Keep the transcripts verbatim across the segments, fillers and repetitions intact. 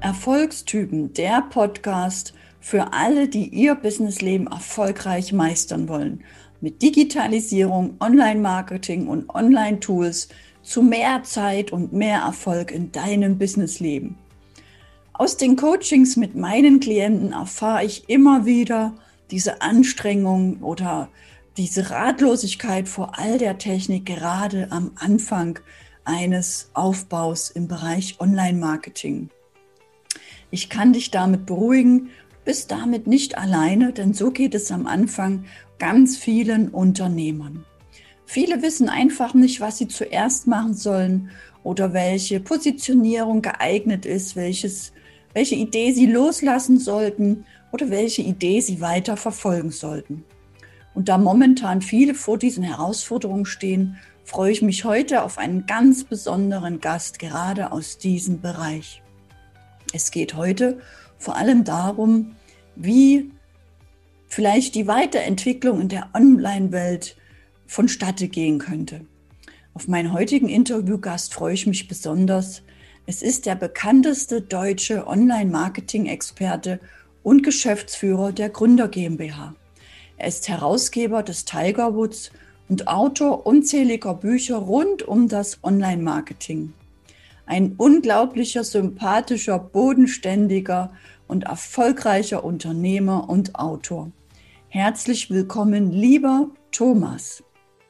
Erfolgstypen, der Podcast für alle, die ihr Businessleben erfolgreich meistern wollen. Mit Digitalisierung, Online-Marketing und Online-Tools zu mehr Zeit und mehr Erfolg in deinem Businessleben. Aus den Coachings mit meinen Klienten erfahre ich immer wieder diese Anstrengung oder diese Ratlosigkeit vor all der Technik, gerade am Anfang eines Aufbaus im Bereich Online-Marketing. Ich kann dich damit beruhigen, bist damit nicht alleine, denn so geht es am Anfang ganz vielen Unternehmern. Viele wissen einfach nicht, was sie zuerst machen sollen oder welche Positionierung geeignet ist, welches, welche Idee sie loslassen sollten oder welche Idee sie weiter verfolgen sollten. Und da momentan viele vor diesen Herausforderungen stehen, freue ich mich heute auf einen ganz besonderen Gast, gerade aus diesem Bereich. Es geht heute vor allem darum, wie vielleicht die Weiterentwicklung in der Online-Welt vonstatte gehen könnte. Auf meinen heutigen Interviewgast freue ich mich besonders. Es ist der bekannteste deutsche Online-Marketing-Experte und Geschäftsführer der Gründer GmbH. Er ist Herausgeber des Tiger Woods und Autor unzähliger Bücher rund um das Online-Marketing. Ein unglaublicher, sympathischer, bodenständiger und erfolgreicher Unternehmer und Autor. Herzlich willkommen, lieber Thomas.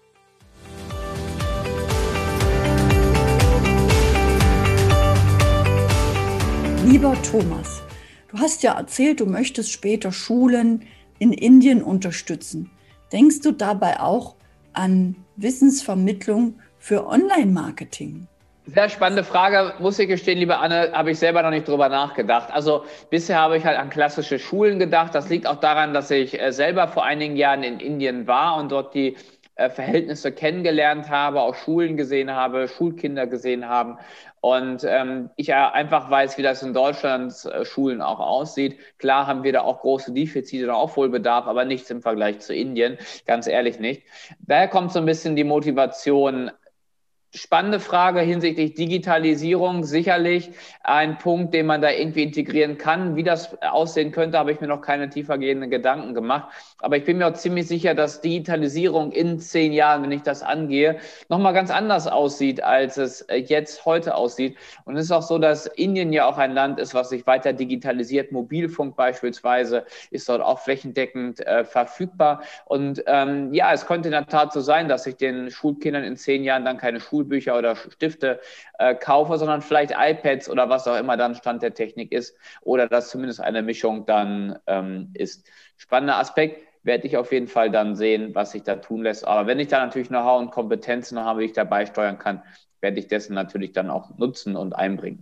Lieber Thomas, du hast ja erzählt, du möchtest später Schulen in Indien unterstützen. Denkst du dabei auch an Wissensvermittlung für Online-Marketing? Sehr spannende Frage, muss ich gestehen, liebe Anne, habe ich selber noch nicht drüber nachgedacht. Also bisher habe ich halt an klassische Schulen gedacht. Das liegt auch daran, dass ich äh, selber vor einigen Jahren in Indien war und dort die äh, Verhältnisse kennengelernt habe, auch Schulen gesehen habe, Schulkinder gesehen haben. Und ähm, ich einfach weiß, wie das in Deutschland äh, Schulen auch aussieht. Klar haben wir da auch große Defizite und Aufholbedarf, aber nichts im Vergleich zu Indien, ganz ehrlich nicht. Daher kommt so ein bisschen die Motivation. Spannende Frage hinsichtlich Digitalisierung, sicherlich ein Punkt, den man da irgendwie integrieren kann. Wie das aussehen könnte, habe ich mir noch keine tiefergehenden Gedanken gemacht. Aber ich bin mir auch ziemlich sicher, dass Digitalisierung in zehn Jahren, wenn ich das angehe, nochmal ganz anders aussieht, als es jetzt heute aussieht. Und es ist auch so, dass Indien ja auch ein Land ist, was sich weiter digitalisiert. Mobilfunk beispielsweise ist dort auch flächendeckend äh, verfügbar. Und ähm, ja, es könnte in der Tat so sein, dass ich den Schulkindern in zehn Jahren dann keine Schule Schulbücher oder Stifte äh, kaufe, sondern vielleicht iPads oder was auch immer dann Stand der Technik ist oder dass zumindest eine Mischung dann ähm, ist. Spannender Aspekt, werde ich auf jeden Fall dann sehen, was sich da tun lässt. Aber wenn ich da natürlich Know-how und Kompetenzen habe, wie ich dabei steuern kann, werde ich dessen natürlich dann auch nutzen und einbringen.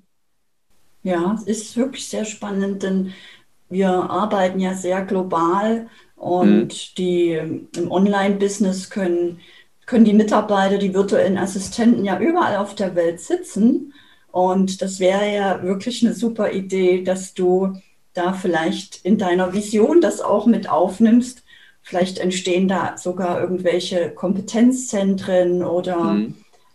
Ja, es ist wirklich sehr spannend, denn wir arbeiten ja sehr global und hm. die im Online-Business können können die Mitarbeiter, die virtuellen Assistenten ja überall auf der Welt sitzen. Und das wäre ja wirklich eine super Idee, dass du da vielleicht in deiner Vision das auch mit aufnimmst. Vielleicht entstehen da sogar irgendwelche Kompetenzzentren oder mhm.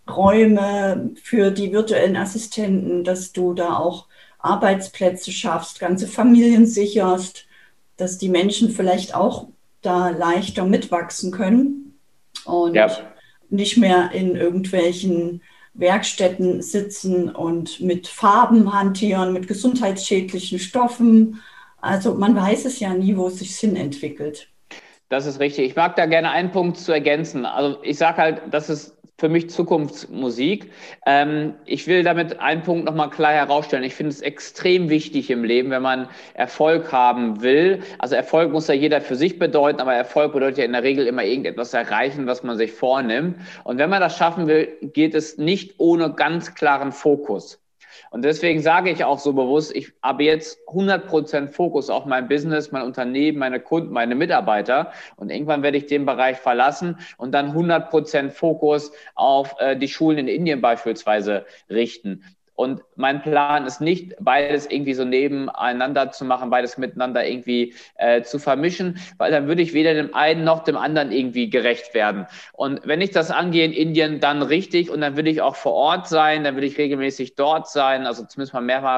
Räume für die virtuellen Assistenten, dass du da auch Arbeitsplätze schaffst, ganze Familien sicherst, dass die Menschen vielleicht auch da leichter mitwachsen können. Und ja. nicht mehr in irgendwelchen Werkstätten sitzen und mit Farben hantieren, mit gesundheitsschädlichen Stoffen. Also man weiß es ja nie, wo es sich hin entwickelt. Das ist richtig. Ich mag da gerne einen Punkt zu ergänzen. Also ich sage halt, das ist für mich Zukunftsmusik. Ähm, ich will damit einen Punkt nochmal klar herausstellen. Ich finde es extrem wichtig im Leben, wenn man Erfolg haben will. Also Erfolg muss ja jeder für sich bedeuten, aber Erfolg bedeutet ja in der Regel immer irgendetwas erreichen, was man sich vornimmt. Und wenn man das schaffen will, geht es nicht ohne ganz klaren Fokus. Und deswegen sage ich auch so bewusst, ich habe jetzt hundert Prozent Fokus auf mein Business, mein Unternehmen, meine Kunden, meine Mitarbeiter. Und irgendwann werde ich den Bereich verlassen und dann hundert Prozent Fokus auf äh, die Schulen in Indien beispielsweise richten. Und mein Plan ist nicht, beides irgendwie so nebeneinander zu machen, beides miteinander irgendwie äh, zu vermischen, weil dann würde ich weder dem einen noch dem anderen irgendwie gerecht werden. Und wenn ich das angehe in Indien, dann richtig und dann will ich auch vor Ort sein, dann will ich regelmäßig dort sein, also zumindest mal mehrfach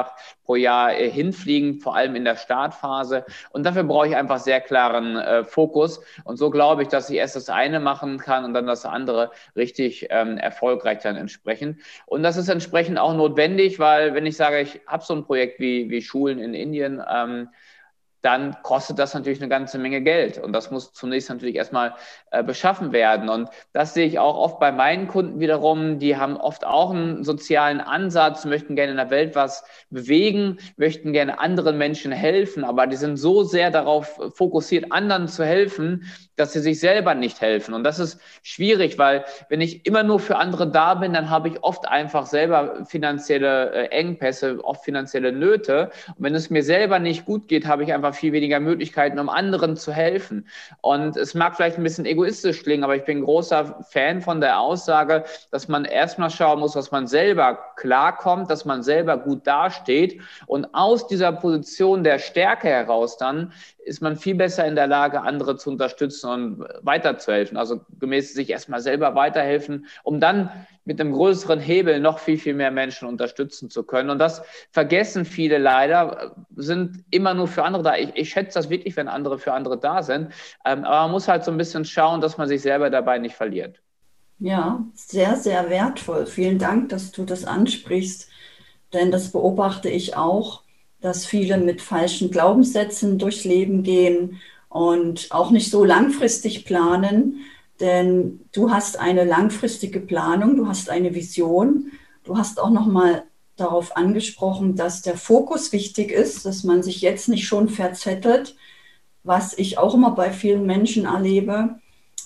pro Jahr äh, hinfliegen, vor allem in der Startphase. Und dafür brauche ich einfach sehr klaren äh, Fokus. Und so glaube ich, dass ich erst das eine machen kann und dann das andere richtig ähm, erfolgreich dann entsprechend. Und das ist entsprechend auch notwendig, weil wenn ich sage, ich habe so ein Projekt wie, wie Schulen in Indien, ähm, dann kostet das natürlich eine ganze Menge Geld. Und das muss zunächst natürlich erstmal äh, beschaffen werden. Und das sehe ich auch oft bei meinen Kunden wiederum. Die haben oft auch einen sozialen Ansatz, möchten gerne in der Welt was bewegen, möchten gerne anderen Menschen helfen. Aber die sind so sehr darauf fokussiert, anderen zu helfen, dass sie sich selber nicht helfen. Und das ist schwierig, weil wenn ich immer nur für andere da bin, dann habe ich oft einfach selber finanzielle äh, Engpässe, oft finanzielle Nöte. Und wenn es mir selber nicht gut geht, habe ich einfach viel weniger Möglichkeiten, um anderen zu helfen. Und es mag vielleicht ein bisschen egoistisch klingen, aber ich bin ein großer Fan von der Aussage, dass man erstmal schauen muss, dass man selber klarkommt, dass man selber gut dasteht. Und aus dieser Position der Stärke heraus dann ist man viel besser in der Lage, andere zu unterstützen und weiterzuhelfen. Also gemäß sich erstmal selber weiterhelfen, um dann mit einem größeren Hebel noch viel, viel mehr Menschen unterstützen zu können. Und das vergessen viele leider, sind immer nur für andere da. Ich, ich schätze das wirklich, wenn andere für andere da sind. Ähm, aber man muss halt so ein bisschen schauen, dass man sich selber dabei nicht verliert. Ja, sehr, sehr wertvoll. Vielen Dank, dass du das ansprichst, denn das beobachte ich auch, dass viele mit falschen Glaubenssätzen durchs Leben gehen und auch nicht so langfristig planen, denn du hast eine langfristige Planung, du hast eine Vision, du hast auch noch mal darauf angesprochen, dass der Fokus wichtig ist, dass man sich jetzt nicht schon verzettelt, was ich auch immer bei vielen Menschen erlebe,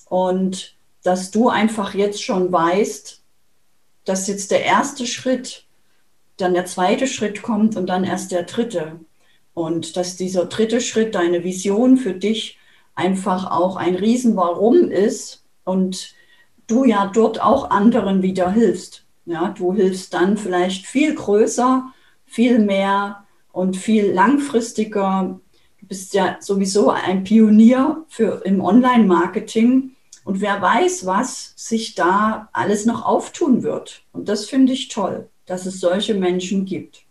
und dass du einfach jetzt schon weißt, dass jetzt der erste Schritt, dann der zweite Schritt kommt und dann erst der dritte. Und dass dieser dritte Schritt, deine Vision für dich, einfach auch ein Riesen-Warum ist und du ja dort auch anderen wieder hilfst. Ja, du hilfst dann vielleicht viel größer, viel mehr und viel langfristiger. Du bist ja sowieso ein Pionier für, im Online-Marketing. Und wer weiß, was sich da alles noch auftun wird. Und das finde ich toll, dass es solche Menschen gibt.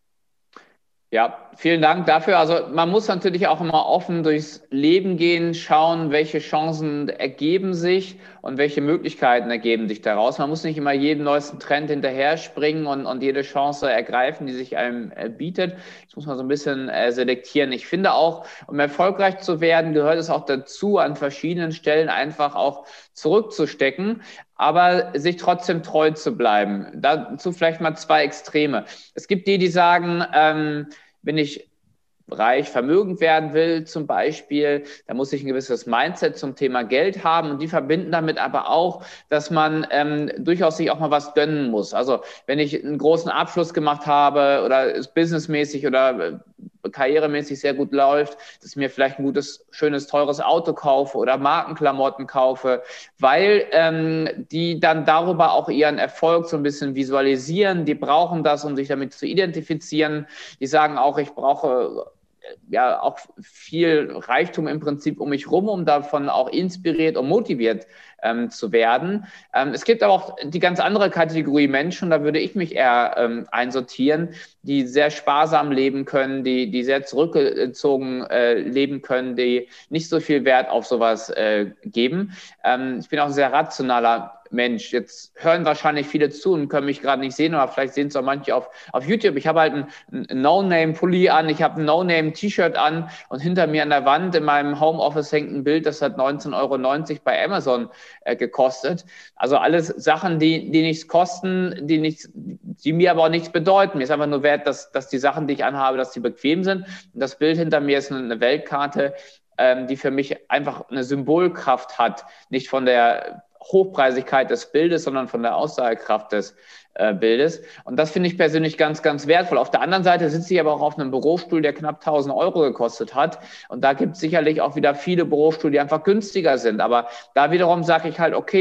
Ja, vielen Dank dafür. Also man muss natürlich auch immer offen durchs Leben gehen, schauen, welche Chancen ergeben sich und welche Möglichkeiten ergeben sich daraus. Man muss nicht immer jedem neuesten Trend hinterher springen und, und jede Chance ergreifen, die sich einem äh, bietet. Das muss man so ein bisschen äh, selektieren. Ich finde auch, um erfolgreich zu werden, gehört es auch dazu, an verschiedenen Stellen einfach auch zurückzustecken, aber sich trotzdem treu zu bleiben. Dazu vielleicht mal zwei Extreme. Es gibt die, die sagen, ähm, wenn ich reich, vermögend werden will zum Beispiel, da muss ich ein gewisses Mindset zum Thema Geld haben, und die verbinden damit aber auch, dass man ähm, durchaus sich auch mal was gönnen muss. Also wenn ich einen großen Abschluss gemacht habe oder es businessmäßig oder äh, karrieremäßig sehr gut läuft, dass ich mir vielleicht ein gutes, schönes, teures Auto kaufe oder Markenklamotten kaufe, weil ähm, die dann darüber auch ihren Erfolg so ein bisschen visualisieren. Die brauchen das, um sich damit zu identifizieren. Die sagen auch, ich brauche ja auch viel Reichtum im Prinzip um mich rum, um davon auch inspiriert und motiviert ähm, zu werden. Ähm, es gibt aber auch die ganz andere Kategorie Menschen, da würde ich mich eher ähm, einsortieren, die sehr sparsam leben können, die, die sehr zurückgezogen äh, leben können, die nicht so viel Wert auf sowas äh, geben. Ähm, ich bin auch ein sehr rationaler Mensch. Jetzt hören wahrscheinlich viele zu und können mich gerade nicht sehen, aber vielleicht sehen es auch manche auf, auf YouTube. Ich habe halt einen, einen No-Name-Pulli an, ich habe ein No-Name-T-Shirt an und hinter mir an der Wand in meinem Homeoffice hängt ein Bild, das hat neunzehn Euro neunzig bei Amazon äh, gekostet. Also alles Sachen, die, die nichts kosten, die, nichts, die mir aber auch nichts bedeuten. Mir ist einfach nur wert, dass, dass die Sachen, die ich anhabe, dass die bequem sind. Und das Bild hinter mir ist eine Weltkarte, ähm, die für mich einfach eine Symbolkraft hat, nicht von der Hochpreisigkeit des Bildes, sondern von der Aussagekraft des äh, Bildes. Und das finde ich persönlich ganz, ganz wertvoll. Auf der anderen Seite sitze ich aber auch auf einem Bürostuhl, der knapp tausend Euro gekostet hat. Und da gibt es sicherlich auch wieder viele Bürostühle, die einfach günstiger sind. Aber da wiederum sage ich halt, okay,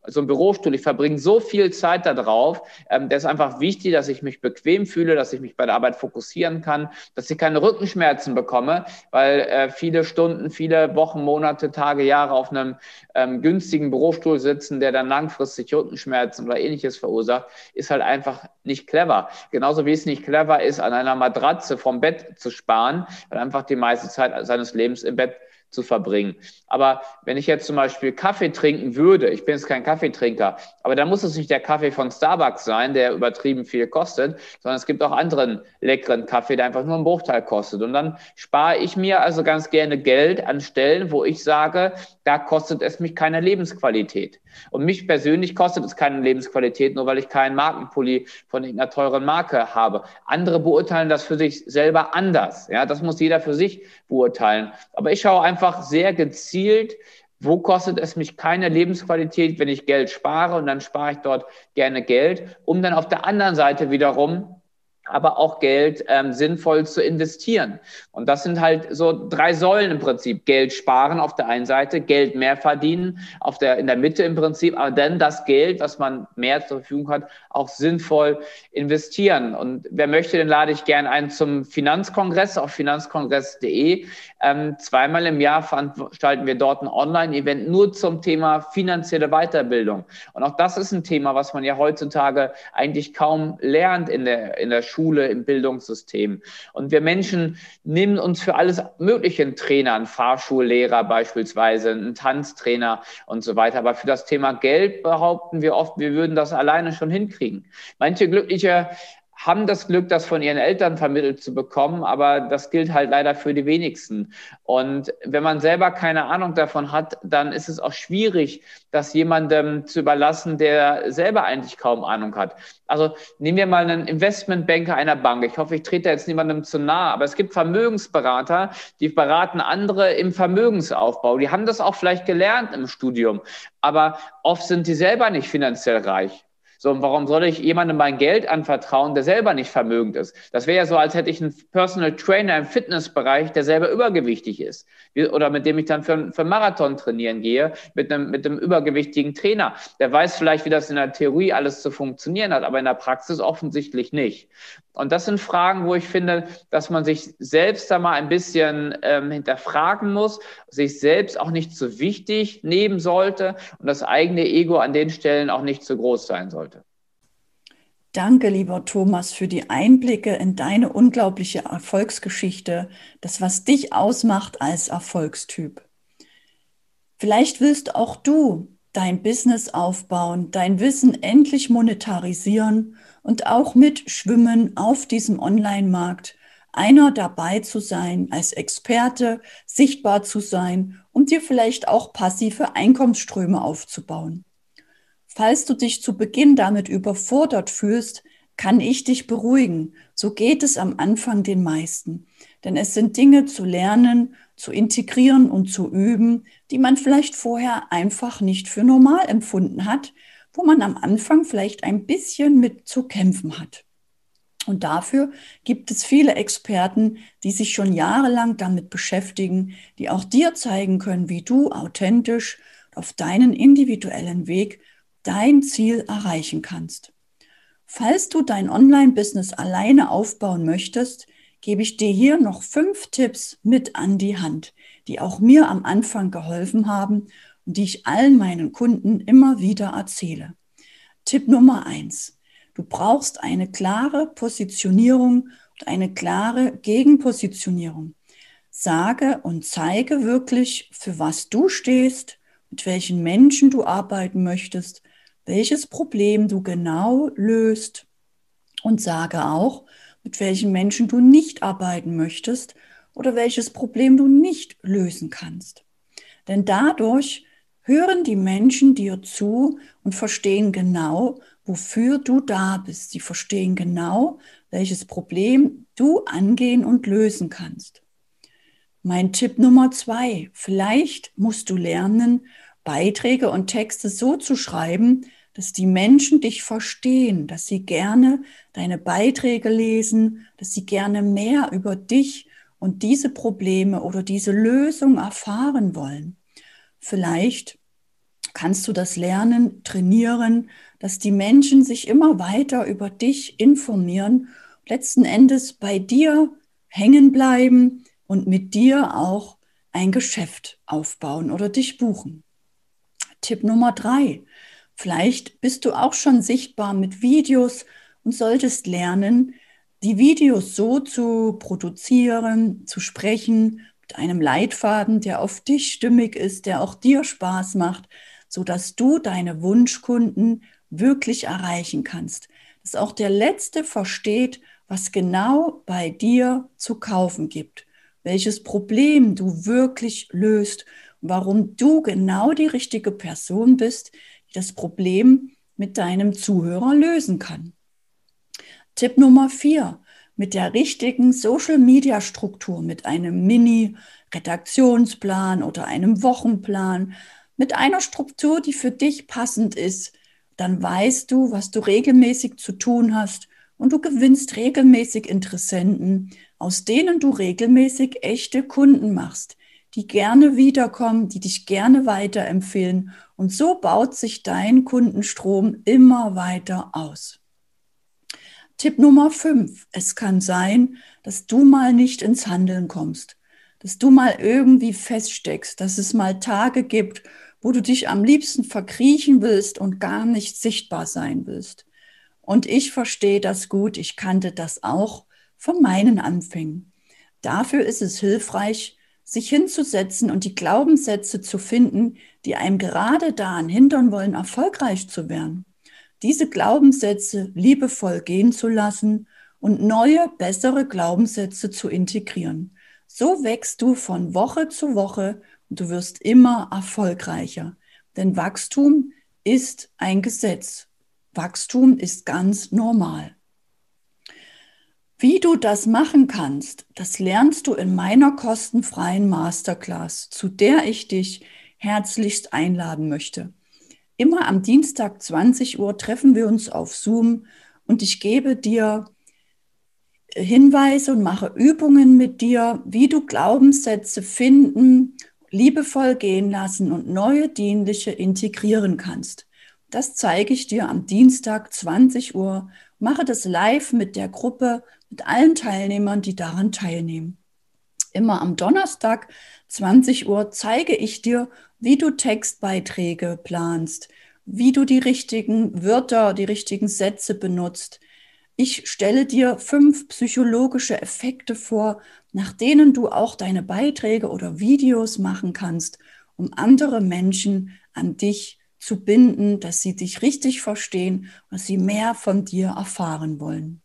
so ein Bürostuhl, ich verbringe so viel Zeit da drauf, ähm, der ist einfach wichtig, dass ich mich bequem fühle, dass ich mich bei der Arbeit fokussieren kann, dass ich keine Rückenschmerzen bekomme, weil äh, viele Stunden, viele Wochen, Monate, Tage, Jahre auf einem ähm, günstigen Bürostuhl sitzen, der dann langfristig Rückenschmerzen oder ähnliches verursacht, ist halt einfach nicht clever. Genauso wie es nicht clever ist, an einer Matratze vom Bett zu sparen, weil einfach die meiste Zeit seines Lebens im Bett zu verbringen. Aber wenn ich jetzt zum Beispiel Kaffee trinken würde, ich bin jetzt kein Kaffeetrinker, aber dann muss es nicht der Kaffee von Starbucks sein, der übertrieben viel kostet, sondern es gibt auch anderen leckeren Kaffee, der einfach nur einen Bruchteil kostet. Und dann spare ich mir also ganz gerne Geld an Stellen, wo ich sage, da kostet es mich keine Lebensqualität. Und mich persönlich kostet es keine Lebensqualität, nur weil ich keinen Markenpulli von irgendeiner teuren Marke habe. Andere beurteilen das für sich selber anders. Ja, das muss jeder für sich beurteilen. Aber ich schaue einfach sehr gezielt, wo kostet es mich keine Lebensqualität, wenn ich Geld spare, und dann spare ich dort gerne Geld, um dann auf der anderen Seite wiederum aber auch Geld ähm, sinnvoll zu investieren. Und das sind halt so drei Säulen im Prinzip. Geld sparen auf der einen Seite, Geld mehr verdienen auf der, in der Mitte im Prinzip, aber dann das Geld, was man mehr zur Verfügung hat, auch sinnvoll investieren. Und wer möchte, den lade ich gerne ein zum Finanzkongress auf finanzkongress punkt de. Ähm, zweimal im Jahr veranstalten wir dort ein Online-Event nur zum Thema finanzielle Weiterbildung. Und auch das ist ein Thema, was man ja heutzutage eigentlich kaum lernt in der, in der Schule. Schule, im Bildungssystem. Und wir Menschen nehmen uns für alles Mögliche einen Trainer, einen Fahrschullehrer beispielsweise, einen Tanztrainer und so weiter. Aber für das Thema Geld behaupten wir oft, wir würden das alleine schon hinkriegen. Manche Glückliche haben das Glück, das von ihren Eltern vermittelt zu bekommen, aber das gilt halt leider für die wenigsten. Und wenn man selber keine Ahnung davon hat, dann ist es auch schwierig, das jemandem zu überlassen, der selber eigentlich kaum Ahnung hat. Also nehmen wir mal einen Investmentbanker einer Bank. Ich hoffe, ich trete jetzt niemandem zu nahe, aber es gibt Vermögensberater, die beraten andere im Vermögensaufbau. Die haben das auch vielleicht gelernt im Studium, aber oft sind die selber nicht finanziell reich. So, und warum soll ich jemandem mein Geld anvertrauen, der selber nicht vermögend ist? Das wäre ja so, als hätte ich einen Personal Trainer im Fitnessbereich, der selber übergewichtig ist. Oder mit dem ich dann für, für Marathon trainieren gehe, mit einem, mit einem übergewichtigen Trainer. Der weiß vielleicht, wie das in der Theorie alles zu funktionieren hat, aber in der Praxis offensichtlich nicht. Und das sind Fragen, wo ich finde, dass man sich selbst da mal ein bisschen ähm, hinterfragen muss, sich selbst auch nicht zu wichtig nehmen sollte und das eigene Ego an den Stellen auch nicht zu groß sein sollte. Danke, lieber Thomas, für die Einblicke in deine unglaubliche Erfolgsgeschichte, das, was dich ausmacht als Erfolgstyp. Vielleicht willst auch du dein Business aufbauen, dein Wissen endlich monetarisieren und auch mitschwimmen auf diesem Online-Markt, einer dabei zu sein, als Experte sichtbar zu sein und dir vielleicht auch passive Einkommensströme aufzubauen. Falls du dich zu Beginn damit überfordert fühlst, kann ich dich beruhigen. So geht es am Anfang den meisten. Denn es sind Dinge zu lernen, zu integrieren und zu üben, die man vielleicht vorher einfach nicht für normal empfunden hat, wo man am Anfang vielleicht ein bisschen mit zu kämpfen hat. Und dafür gibt es viele Experten, die sich schon jahrelang damit beschäftigen, die auch dir zeigen können, wie du authentisch auf deinen individuellen Weg dein Ziel erreichen kannst. Falls du dein Online-Business alleine aufbauen möchtest, gebe ich dir hier noch fünf Tipps mit an die Hand, die auch mir am Anfang geholfen haben und die ich allen meinen Kunden immer wieder erzähle. Tipp Nummer eins. Du brauchst eine klare Positionierung und eine klare Gegenpositionierung. Sage und zeige wirklich, für was du stehst, mit welchen Menschen du arbeiten möchtest, welches Problem du genau löst, und sage auch, mit welchen Menschen du nicht arbeiten möchtest oder welches Problem du nicht lösen kannst. Denn dadurch hören die Menschen dir zu und verstehen genau, wofür du da bist. Sie verstehen genau, welches Problem du angehen und lösen kannst. Mein Tipp Nummer zwei: Vielleicht musst du lernen, Beiträge und Texte so zu schreiben, dass die Menschen dich verstehen, dass sie gerne deine Beiträge lesen, dass sie gerne mehr über dich und diese Probleme oder diese Lösung erfahren wollen. Vielleicht kannst du das lernen, trainieren, dass die Menschen sich immer weiter über dich informieren, letzten Endes bei dir hängen bleiben und mit dir auch ein Geschäft aufbauen oder dich buchen. Tipp Nummer drei. Vielleicht bist du auch schon sichtbar mit Videos und solltest lernen, die Videos so zu produzieren, zu sprechen, mit einem Leitfaden, der auf dich stimmig ist, der auch dir Spaß macht, sodass du deine Wunschkunden wirklich erreichen kannst. Dass auch der Letzte versteht, was genau bei dir zu kaufen gibt, welches Problem du wirklich löst und warum du genau die richtige Person bist, die das Problem mit deinem Zuhörer lösen kann. Tipp Nummer vier. Mit der richtigen Social-Media-Struktur, mit einem Mini-Redaktionsplan oder einem Wochenplan, mit einer Struktur, die für dich passend ist, dann weißt du, was du regelmäßig zu tun hast und du gewinnst regelmäßig Interessenten, aus denen du regelmäßig echte Kunden machst, die gerne wiederkommen, die dich gerne weiterempfehlen und so baut sich dein Kundenstrom immer weiter aus. Tipp Nummer fünf. Es kann sein, dass du mal nicht ins Handeln kommst, dass du mal irgendwie feststeckst, dass es mal Tage gibt, wo du dich am liebsten verkriechen willst und gar nicht sichtbar sein willst. Und ich verstehe das gut, ich kannte das auch von meinen Anfängen. Dafür ist es hilfreich, sich hinzusetzen und die Glaubenssätze zu finden, die einem gerade daran hindern wollen, erfolgreich zu werden. Diese Glaubenssätze liebevoll gehen zu lassen und neue, bessere Glaubenssätze zu integrieren. So wächst du von Woche zu Woche und du wirst immer erfolgreicher. Denn Wachstum ist ein Gesetz. Wachstum ist ganz normal. Wie du das machen kannst, das lernst du in meiner kostenfreien Masterclass, zu der ich dich herzlichst einladen möchte. Immer am Dienstag zwanzig Uhr treffen wir uns auf Zoom und ich gebe dir Hinweise und mache Übungen mit dir, wie du Glaubenssätze finden, liebevoll gehen lassen und neue dienliche integrieren kannst. Das zeige ich dir am Dienstag zwanzig Uhr, mache das live mit der Gruppe, mit allen Teilnehmern, die daran teilnehmen. Immer am Donnerstag zwanzig Uhr zeige ich dir, wie du Textbeiträge planst, wie du die richtigen Wörter, die richtigen Sätze benutzt. Ich stelle dir fünf psychologische Effekte vor, nach denen du auch deine Beiträge oder Videos machen kannst, um andere Menschen an dich zu binden, dass sie dich richtig verstehen, dass sie mehr von dir erfahren wollen.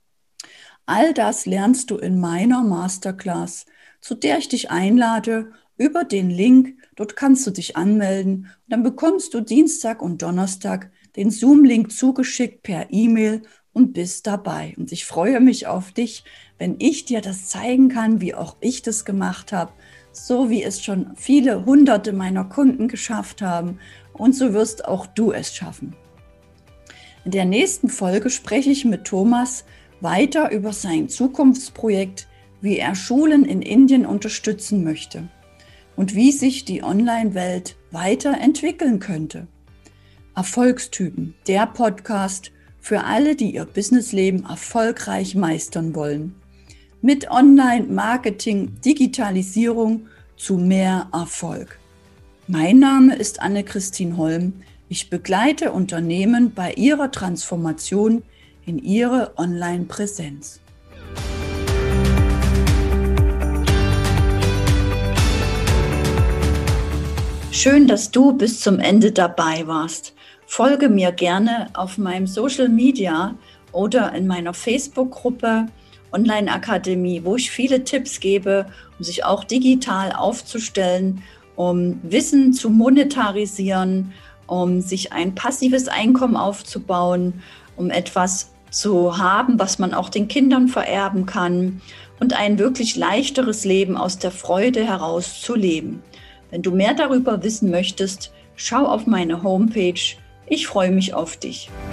All das lernst du in meiner Masterclass, zu der ich dich einlade über den Link. Dort kannst du dich anmelden und dann bekommst du Dienstag und Donnerstag den Zoom-Link zugeschickt per E-Mail und bist dabei. Und ich freue mich auf dich, wenn ich dir das zeigen kann, wie auch ich das gemacht habe, so wie es schon viele Hunderte meiner Kunden geschafft haben. Und so wirst auch du es schaffen. In der nächsten Folge spreche ich mit Thomas weiter über sein Zukunftsprojekt, wie er Schulen in Indien unterstützen möchte und wie sich die Online-Welt weiterentwickeln könnte. Erfolgstypen, der Podcast für alle, die ihr Businessleben erfolgreich meistern wollen. Mit Online-Marketing, Digitalisierung zu mehr Erfolg. Mein Name ist Anne-Christine Holm. Ich begleite Unternehmen bei ihrer Transformation in ihre Online-Präsenz. Schön, dass du bis zum Ende dabei warst. Folge mir gerne auf meinem Social Media oder in meiner Facebook-Gruppe Online Akademie, wo ich viele Tipps gebe, um sich auch digital aufzustellen, um Wissen zu monetarisieren, um sich ein passives Einkommen aufzubauen, um etwas zu haben, was man auch den Kindern vererben kann und ein wirklich leichteres Leben aus der Freude heraus zu leben. Wenn du mehr darüber wissen möchtest, schau auf meine Homepage. Ich freue mich auf dich.